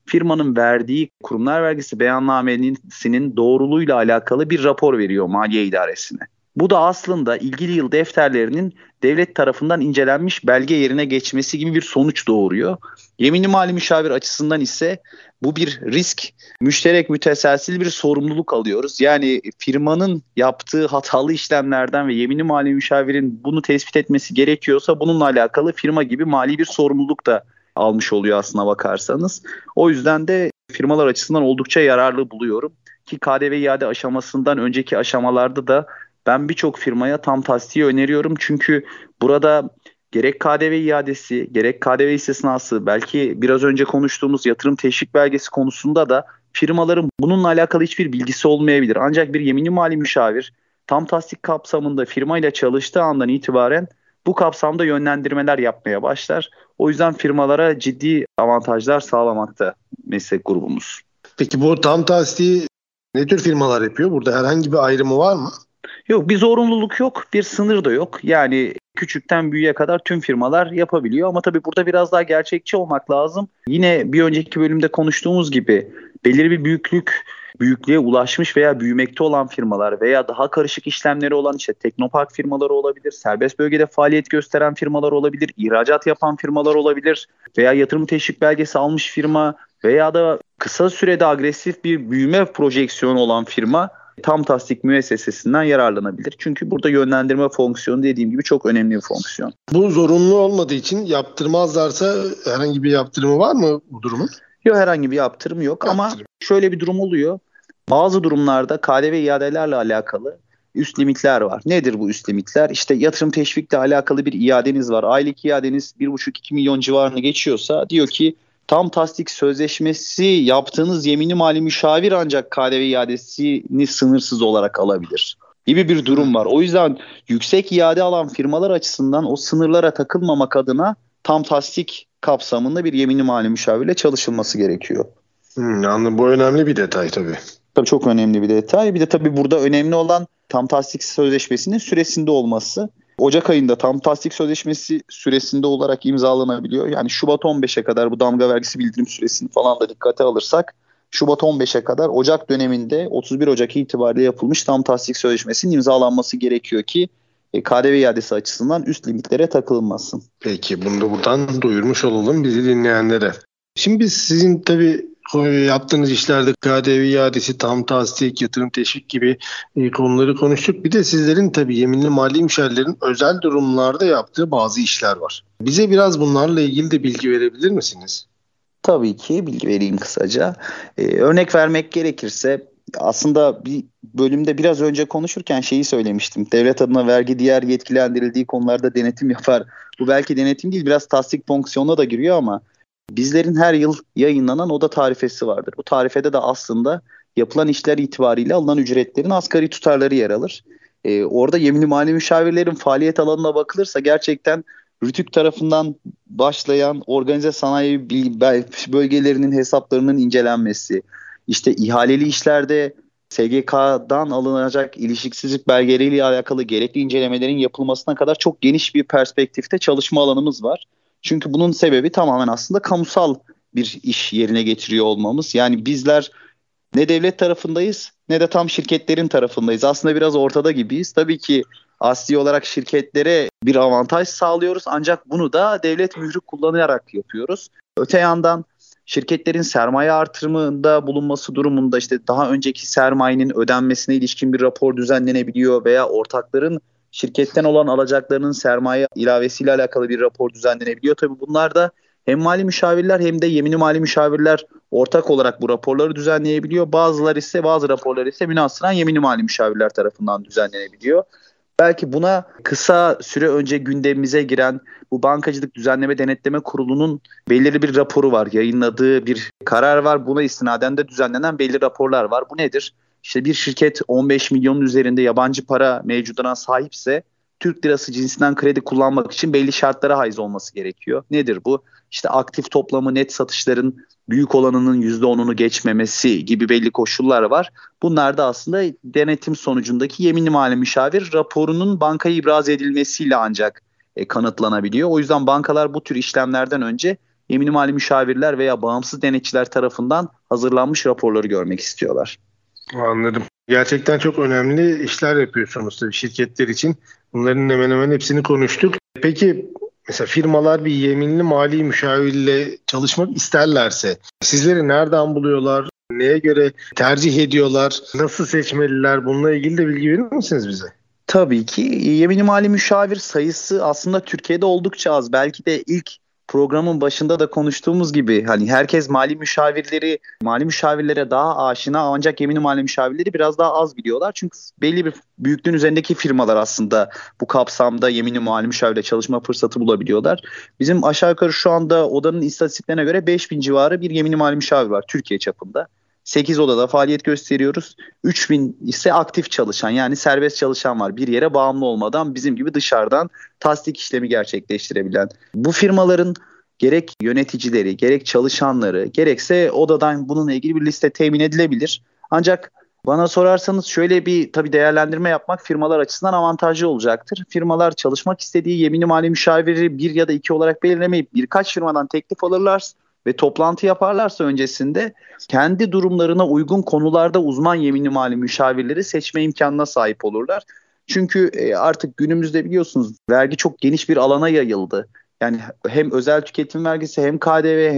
firmanın verdiği kurumlar vergisi beyannamesinin doğruluğuyla alakalı bir rapor veriyor Maliye İdaresi'ne. Bu da aslında ilgili yıl defterlerinin devlet tarafından incelenmiş belge yerine geçmesi gibi bir sonuç doğuruyor. Yeminli mali müşavir açısından ise bu bir risk, müşterek müteselsil bir sorumluluk alıyoruz. Yani firmanın yaptığı hatalı işlemlerden ve yeminli mali müşavirin bunu tespit etmesi gerekiyorsa bununla alakalı firma gibi mali bir sorumluluk da almış oluyor aslına bakarsanız. O yüzden de firmalar açısından oldukça yararlı buluyorum. Ki KDV iade aşamasından önceki aşamalarda da ben birçok firmaya tam tasdiği öneriyorum. Çünkü burada gerek KDV iadesi, gerek KDV istisnası, belki biraz önce konuştuğumuz yatırım teşvik belgesi konusunda da firmaların bununla alakalı hiçbir bilgisi olmayabilir. Ancak bir yeminli mali müşavir tam tasdik kapsamında firmayla çalıştığı andan itibaren bu kapsamda yönlendirmeler yapmaya başlar. O yüzden firmalara ciddi avantajlar sağlamakta meslek grubumuz. Peki bu tam tasdiği ne tür firmalar yapıyor? Burada herhangi bir ayrımı var mı? Yok, bir zorunluluk yok, bir sınır da yok. Yani küçükten büyüğe kadar tüm firmalar yapabiliyor ama tabii burada biraz daha gerçekçi olmak lazım. Yine bir önceki bölümde konuştuğumuz gibi belirli bir büyüklüğe ulaşmış veya büyümekte olan firmalar veya daha karışık işlemleri olan işte teknopark firmaları olabilir, serbest bölgede faaliyet gösteren firmalar olabilir, ihracat yapan firmalar olabilir veya yatırım teşvik belgesi almış firma veya da kısa sürede agresif bir büyüme projeksiyonu olan firma tam tasdik müessesesinden yararlanabilir. Çünkü burada yönlendirme fonksiyonu dediğim gibi çok önemli bir fonksiyon. Bu zorunlu olmadığı için yaptırmazlarsa herhangi bir yaptırımı var mı bu durumun? Yok, herhangi bir yaptırım yok ama şöyle bir durum oluyor. Bazı durumlarda KDV iadelerle alakalı üst limitler var. Nedir bu üst limitler? İşte yatırım teşvikle alakalı bir iadeniz var. Aylık iadeniz 1,5-2 milyon civarını geçiyorsa diyor ki tam tasdik sözleşmesi yaptığınız yeminli mali müşavir ancak KDV iadesini sınırsız olarak alabilir gibi bir durum var. O yüzden yüksek iade alan firmalar açısından o sınırlara takılmamak adına tam tasdik kapsamında bir yeminli mali müşavirle çalışılması gerekiyor. Anladım. Bu önemli bir detay tabii. Tabii çok önemli bir detay. Bir de tabii burada önemli olan tam tasdik sözleşmesinin süresinde olması. Ocak ayında tam tasdik sözleşmesi süresinde olarak imzalanabiliyor. Yani Şubat 15'e kadar bu damga vergisi bildirim süresini falan da dikkate alırsak Şubat 15'e kadar Ocak döneminde 31 Ocak itibariyle yapılmış tam tasdik sözleşmesinin imzalanması gerekiyor ki KDV iadesi açısından üst limitlere takılmasın. Peki bunu da buradan duyurmuş olalım bizi dinleyenlere. Şimdi biz sizin tabii yaptığınız işlerde KDV iadesi, tam tasdik, yatırım teşvik gibi konuları konuştuk. Bir de sizlerin tabii yeminli mali müşavirlerin özel durumlarda yaptığı bazı işler var. Bize biraz bunlarla ilgili de bilgi verebilir misiniz? Tabii ki bilgi vereyim kısaca. Örnek vermek gerekirse aslında bir bölümde biraz önce konuşurken şeyi söylemiştim. Devlet adına vergi diğer yetkilendirildiği konularda denetim yapar. Bu belki denetim değil, biraz tasdik fonksiyonuna da giriyor ama bizlerin her yıl yayınlanan oda tarifesi vardır. Bu tarifede de aslında yapılan işler itibariyle alınan ücretlerin asgari tutarları yer alır. Orada yeminli mali müşavirlerin faaliyet alanına bakılırsa gerçekten Rütük tarafından başlayan organize sanayi bölgelerinin hesaplarının incelenmesi, işte ihaleli işlerde SGK'dan alınacak ilişiksizlik belgeleriyle alakalı gerekli incelemelerin yapılmasına kadar çok geniş bir perspektifte çalışma alanımız var. Çünkü bunun sebebi tamamen aslında kamusal bir iş yerine getiriyor olmamız. Yani bizler ne devlet tarafındayız ne de tam şirketlerin tarafındayız. Aslında biraz ortada gibiyiz. Tabii ki asli olarak şirketlere bir avantaj sağlıyoruz ancak bunu da devlet mührü kullanarak yapıyoruz. Öte yandan şirketlerin sermaye artırımında bulunması durumunda işte daha önceki sermayenin ödenmesine ilişkin bir rapor düzenlenebiliyor veya ortakların şirketten olan alacaklarının sermaye ilavesiyle alakalı bir rapor düzenlenebiliyor. Tabii bunlar da hem mali müşavirler hem de yeminli mali müşavirler ortak olarak bu raporları düzenleyebiliyor. Bazı raporlar ise münhasıran yeminli mali müşavirler tarafından düzenlenebiliyor. Belki buna kısa süre önce gündemimize giren bu Bankacılık Düzenleme Denetleme Kurulu'nun belirli bir raporu var. Yayınladığı bir karar var. Buna istinaden de düzenlenen belirli raporlar var. Bu nedir? İşte bir şirket 15 milyonun üzerinde yabancı para mevcuduna sahipse Türk lirası cinsinden kredi kullanmak için belli şartlara haiz olması gerekiyor. Nedir bu? İşte aktif toplamı net satışların büyük olanının %10'unu geçmemesi gibi belli koşullar var. Bunlar da aslında denetim sonucundaki yeminli mali müşavir raporunun bankaya ibraz edilmesiyle ancak kanıtlanabiliyor. O yüzden bankalar bu tür işlemlerden önce yeminli mali müşavirler veya bağımsız denetçiler tarafından hazırlanmış raporları görmek istiyorlar. Anladım. Gerçekten çok önemli işler yapıyorsunuz tabii şirketler için. Bunların hemen hemen hepsini konuştuk. Peki mesela firmalar bir yeminli mali müşavirle çalışmak isterlerse sizleri nereden buluyorlar? Neye göre tercih ediyorlar? Nasıl seçmeliler? Bununla ilgili de bilgi verir misiniz bize? Tabii ki yeminli mali müşavir sayısı aslında Türkiye'de oldukça az. Belki de ilk programın başında da konuştuğumuz gibi hani herkes mali müşavirlere daha aşina, ancak yeminli mali müşavirleri biraz daha az biliyorlar. Çünkü belli bir büyüklüğün üzerindeki firmalar aslında bu kapsamda yeminli mali müşavirle çalışma fırsatı bulabiliyorlar. Bizim aşağı yukarı şu anda odanın istatistiklerine göre 5000 civarı bir yeminli mali müşavir var Türkiye çapında. 8 odada faaliyet gösteriyoruz. 3000 ise aktif çalışan, yani serbest çalışan var. Bir yere bağımlı olmadan bizim gibi dışarıdan tasdik işlemi gerçekleştirebilen. Bu firmaların gerek yöneticileri, gerek çalışanları, gerekse odadan bununla ilgili bir liste temin edilebilir. Ancak bana sorarsanız şöyle bir tabii değerlendirme yapmak firmalar açısından avantajlı olacaktır. Firmalar çalışmak istediği yeminli mali müşaviri 1 ya da 2 olarak belirlemeyip birkaç firmadan teklif alırlar ve toplantı yaparlarsa öncesinde kendi durumlarına uygun konularda uzman yeminli mali müşavirleri seçme imkanına sahip olurlar. Çünkü artık günümüzde biliyorsunuz vergi çok geniş bir alana yayıldı. Yani hem özel tüketim vergisi, hem KDV,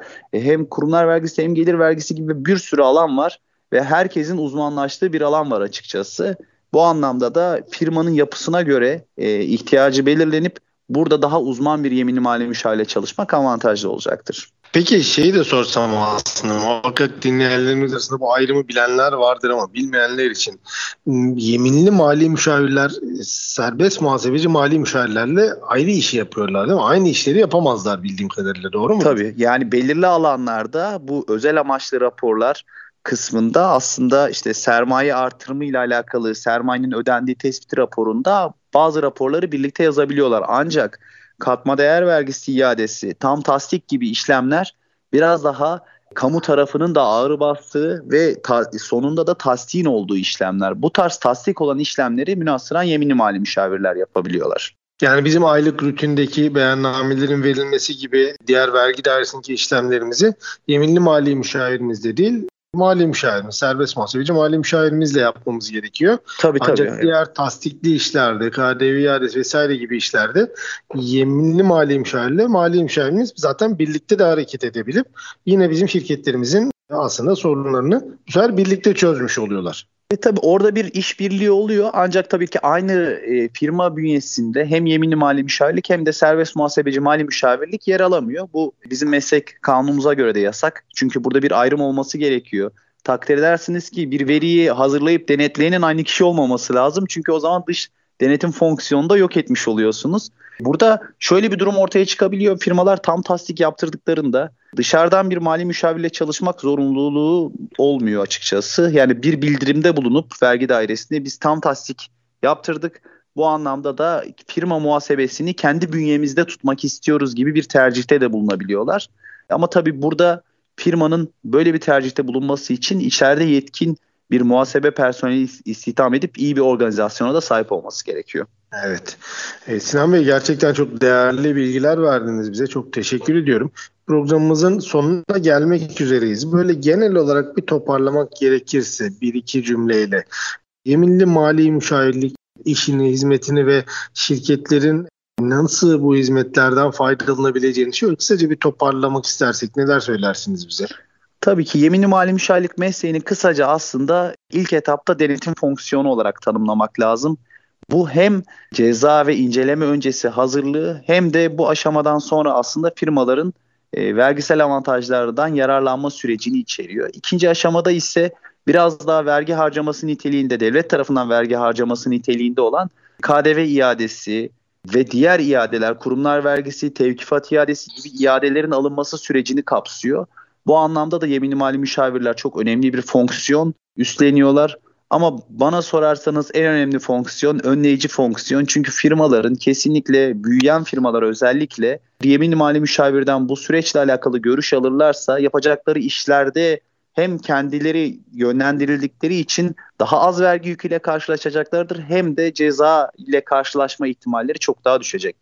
hem kurumlar vergisi, hem gelir vergisi gibi bir sürü alan var ve herkesin uzmanlaştığı bir alan var açıkçası. Bu anlamda da firmanın yapısına göre ihtiyacı belirlenip burada daha uzman bir yeminli mali müşavirle çalışmak avantajlı olacaktır. Peki şeyi de sorsam aslında muhakkak dinleyenlerimiz arasında bu ayrımı bilenler vardır ama bilmeyenler için yeminli mali müşavirler serbest muhasebeci mali müşavirlerle ayrı işi yapıyorlar değil mi? Aynı işleri yapamazlar bildiğim kadarıyla, doğru mu? Tabii, yani belirli alanlarda bu özel amaçlı raporlar kısmında aslında işte sermaye artırımı ile alakalı sermayenin ödendiği tespiti raporunda bazı raporları birlikte yazabiliyorlar. Ancak katma değer vergisi iadesi, tam tasdik gibi işlemler biraz daha kamu tarafının da ağır bastığı ve sonunda da tasdiğin olduğu işlemler. Bu tarz tasdik olan işlemleri münhasıran yeminli mali müşavirler yapabiliyorlar. Yani bizim aylık rutindeki beyannamelerin verilmesi gibi diğer vergi dairesindeki işlemlerimizi yeminli mali müşavirimizde değil, mali müşavirimiz, serbest muhasebeci mali müşavirimizle yapmamız gerekiyor. Tabii. Ancak diğer tasdikli işlerde, KDV iadesi vesaire gibi işlerde yeminli mali müşavirle mali müşavirimiz zaten birlikte de hareket edebilip yine bizim şirketlerimizin aslında sorunlarını bu sefer birlikte çözmüş oluyorlar. Tabii orada bir işbirliği oluyor, ancak tabii ki aynı firma bünyesinde hem yeminli mali müşavirlik hem de serbest muhasebeci mali müşavirlik yer alamıyor. Bu bizim meslek kanunumuza göre de yasak. Çünkü burada bir ayrım olması gerekiyor. Takdir edersiniz ki bir veriyi hazırlayıp denetleyenin aynı kişi olmaması lazım. Çünkü o zaman dış denetim fonksiyonunu da yok etmiş oluyorsunuz. Burada şöyle bir durum ortaya çıkabiliyor. Firmalar tam tasdik yaptırdıklarında dışarıdan bir mali müşavirle çalışmak zorunluluğu olmuyor açıkçası. Yani bir bildirimde bulunup vergi dairesine biz tam tasdik yaptırdık, bu anlamda da firma muhasebesini kendi bünyemizde tutmak istiyoruz gibi bir tercihte de bulunabiliyorlar. Ama tabii burada firmanın böyle bir tercihte bulunması için içeride yetkin bir muhasebe personeli istihdam edip iyi bir organizasyona da sahip olması gerekiyor. Evet. Sinan Bey, gerçekten çok değerli bilgiler verdiniz bize. Çok teşekkür ediyorum. Programımızın sonuna gelmek üzereyiz. Böyle genel olarak bir toparlamak gerekirse bir iki cümleyle yeminli mali müşavirlik işini, hizmetini ve şirketlerin nasıl bu hizmetlerden faydalanabileceğini şöyle kısaca bir toparlamak istersek neler söylersiniz bize? Tabii ki yeminli mali müşavirlik mesleğini kısaca aslında ilk etapta denetim fonksiyonu olarak tanımlamak lazım. Bu hem ceza ve inceleme öncesi hazırlığı hem de bu aşamadan sonra aslında firmaların vergisel avantajlardan yararlanma sürecini içeriyor. İkinci aşamada ise biraz daha vergi harcaması niteliğinde, devlet tarafından vergi harcaması niteliğinde olan KDV iadesi ve diğer iadeler, kurumlar vergisi, tevkifat iadesi gibi iadelerin alınması sürecini kapsıyor. Bu anlamda da yeminli mali müşavirler çok önemli bir fonksiyon üstleniyorlar. Ama bana sorarsanız en önemli fonksiyon önleyici fonksiyon. Çünkü firmaların, kesinlikle büyüyen firmalar özellikle yeminli mali müşavirden bu süreçle alakalı görüş alırlarsa yapacakları işlerde hem kendileri yönlendirildikleri için daha az vergi yüküyle karşılaşacaklardır hem de ceza ile karşılaşma ihtimalleri çok daha düşecektir.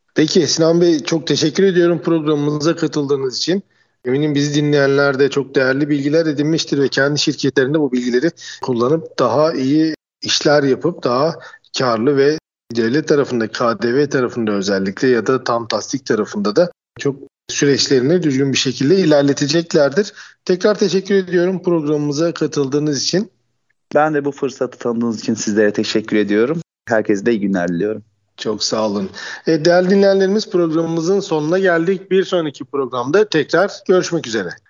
Peki Sinan Bey, çok teşekkür ediyorum programımıza katıldığınız için. Eminim bizi dinleyenler de çok değerli bilgiler edinmiştir ve kendi şirketlerinde bu bilgileri kullanıp daha iyi işler yapıp daha karlı ve devlet tarafında, KDV tarafında özellikle ya da tam tasdik tarafında da çok süreçlerini düzgün bir şekilde ilerleteceklerdir. Tekrar teşekkür ediyorum programımıza katıldığınız için. Ben de bu fırsatı tanıdığınız için sizlere teşekkür ediyorum. Herkese de iyi günler diliyorum. Çok sağ olun. Değerli dinleyenlerimiz, programımızın sonuna geldik. Bir sonraki programda tekrar görüşmek üzere.